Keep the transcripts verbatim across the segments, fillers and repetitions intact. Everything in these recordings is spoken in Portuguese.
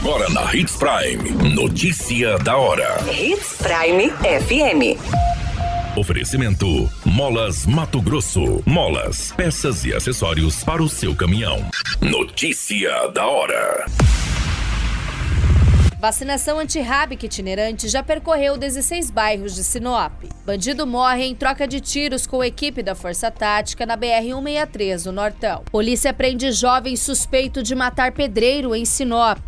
Agora na Hits Prime. Notícia da hora. Hits Prime F M. Oferecimento Molas Mato Grosso. Molas, peças e acessórios para o seu caminhão. Notícia da hora. Vacinação antirrábica itinerante já percorreu dezesseis bairros de Sinop. Bandido morre em troca de tiros com equipe da Força Tática na B R cento e sessenta e três no Nortão. Polícia prende jovem suspeito de matar pedreiro em Sinop.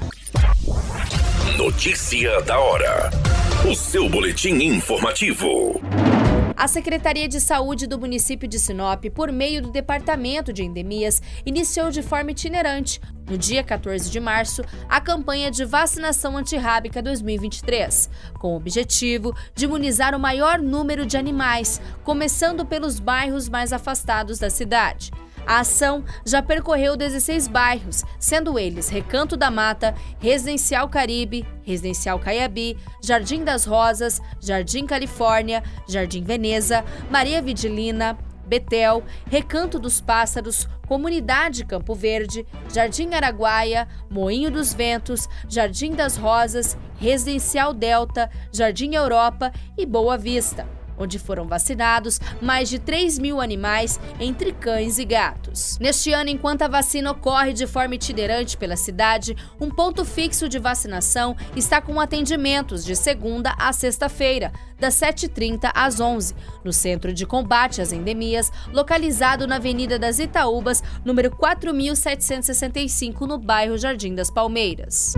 Notícia da hora. O seu boletim informativo. A Secretaria de Saúde do município de Sinop, por meio do Departamento de Endemias, iniciou de forma itinerante, no dia quatorze de março, a campanha de vacinação antirrábica dois mil e vinte e três, com o objetivo de imunizar o maior número de animais, começando pelos bairros mais afastados da cidade. A ação já percorreu dezesseis bairros, sendo eles Recanto da Mata, Residencial Caribe, Residencial Caiabi, Jardim das Rosas, Jardim Califórnia, Jardim Veneza, Maria Vidilina, Betel, Recanto dos Pássaros, Comunidade Campo Verde, Jardim Araguaia, Moinho dos Ventos, Jardim das Rosas, Residencial Delta, Jardim Europa e Boa Vista, onde foram vacinados mais de três mil animais, entre cães e gatos. Neste ano, enquanto a vacina ocorre de forma itinerante pela cidade, um ponto fixo de vacinação está com atendimentos de segunda a sexta-feira, das sete e trinta às onze, no Centro de Combate às Endemias, localizado na Avenida das Itaúbas, número quatro mil setecentos e sessenta e cinco, no bairro Jardim das Palmeiras.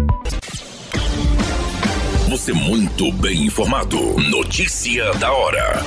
Você muito bem informado. Notícia da hora.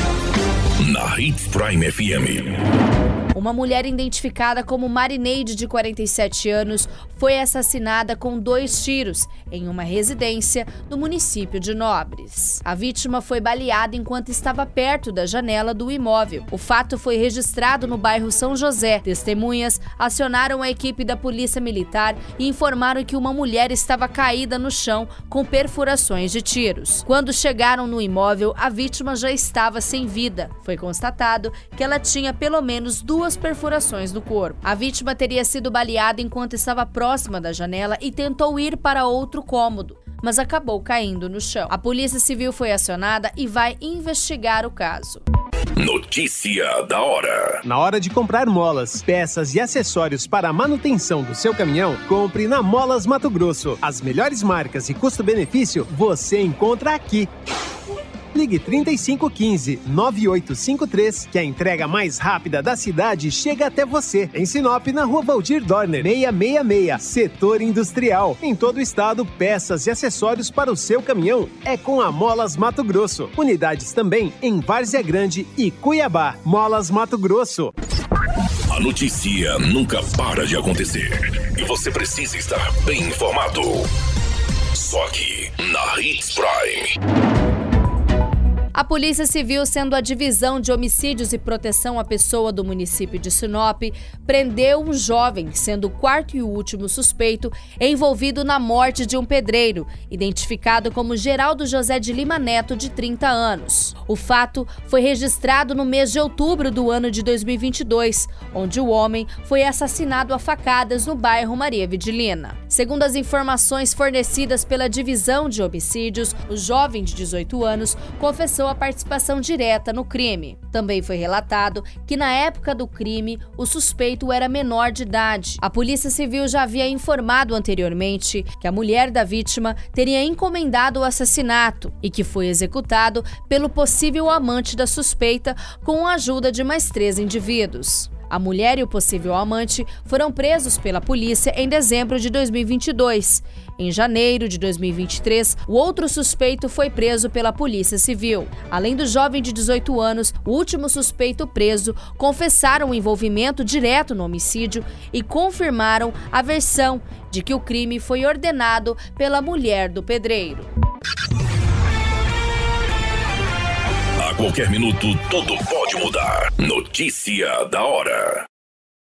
Na Hits Prime F M. Uma mulher identificada como Marineide, de quarenta e sete anos, foi assassinada com dois tiros em uma residência no município de Nobres. A vítima foi baleada enquanto estava perto da janela do imóvel. O fato foi registrado no bairro São José. Testemunhas acionaram a equipe da Polícia Militar e informaram que uma mulher estava caída no chão com perfurações de tiros. Quando chegaram no imóvel, a vítima já estava sem vida. Foi constatado que ela tinha pelo menos duas perfurações no corpo. A vítima teria sido baleada enquanto estava próxima da janela e tentou ir para outro cômodo, mas acabou caindo no chão. A Polícia Civil foi acionada e vai investigar o caso. Notícia da hora. Na hora de comprar molas, peças e acessórios para a manutenção do seu caminhão, compre na Molas Mato Grosso. As melhores marcas e custo-benefício você encontra aqui. Ligue trinta e cinco quinze, nove oito cinco três, que a entrega mais rápida da cidade chega até você. Em Sinop, na Rua Valdir Dorner, seiscentos e sessenta e seis, Setor Industrial. Em todo o estado, peças e acessórios para o seu caminhão é com a Molas Mato Grosso. Unidades também em Várzea Grande e Cuiabá. Molas Mato Grosso. A notícia nunca para de acontecer e você precisa estar bem informado. Só aqui, na Hits Prime. A Polícia Civil, sendo a Divisão de Homicídios e Proteção à Pessoa do município de Sinop, prendeu um jovem, sendo o quarto e último suspeito envolvido na morte de um pedreiro, identificado como Geraldo José de Lima Neto, de trinta anos. O fato foi registrado no mês de outubro do ano de dois mil e vinte e dois, onde o homem foi assassinado a facadas no bairro Maria Vidilina. Segundo as informações fornecidas pela Divisão de Homicídios, o jovem de dezoito anos confessou a participação direta no crime. Também foi relatado que na época do crime, o suspeito era menor de idade. A Polícia Civil já havia informado anteriormente que a mulher da vítima teria encomendado o assassinato e que foi executado pelo possível amante da suspeita com a ajuda de mais três indivíduos. A mulher e o possível amante foram presos pela polícia em dezembro de dois mil e vinte e dois. Em janeiro de dois mil e vinte e três, o outro suspeito foi preso pela Polícia Civil. Além do jovem de dezoito anos, o último suspeito preso confessaram o envolvimento direto no homicídio e confirmaram a versão de que o crime foi ordenado pela mulher do pedreiro. A qualquer minuto, tudo pode mudar. Notícia da hora.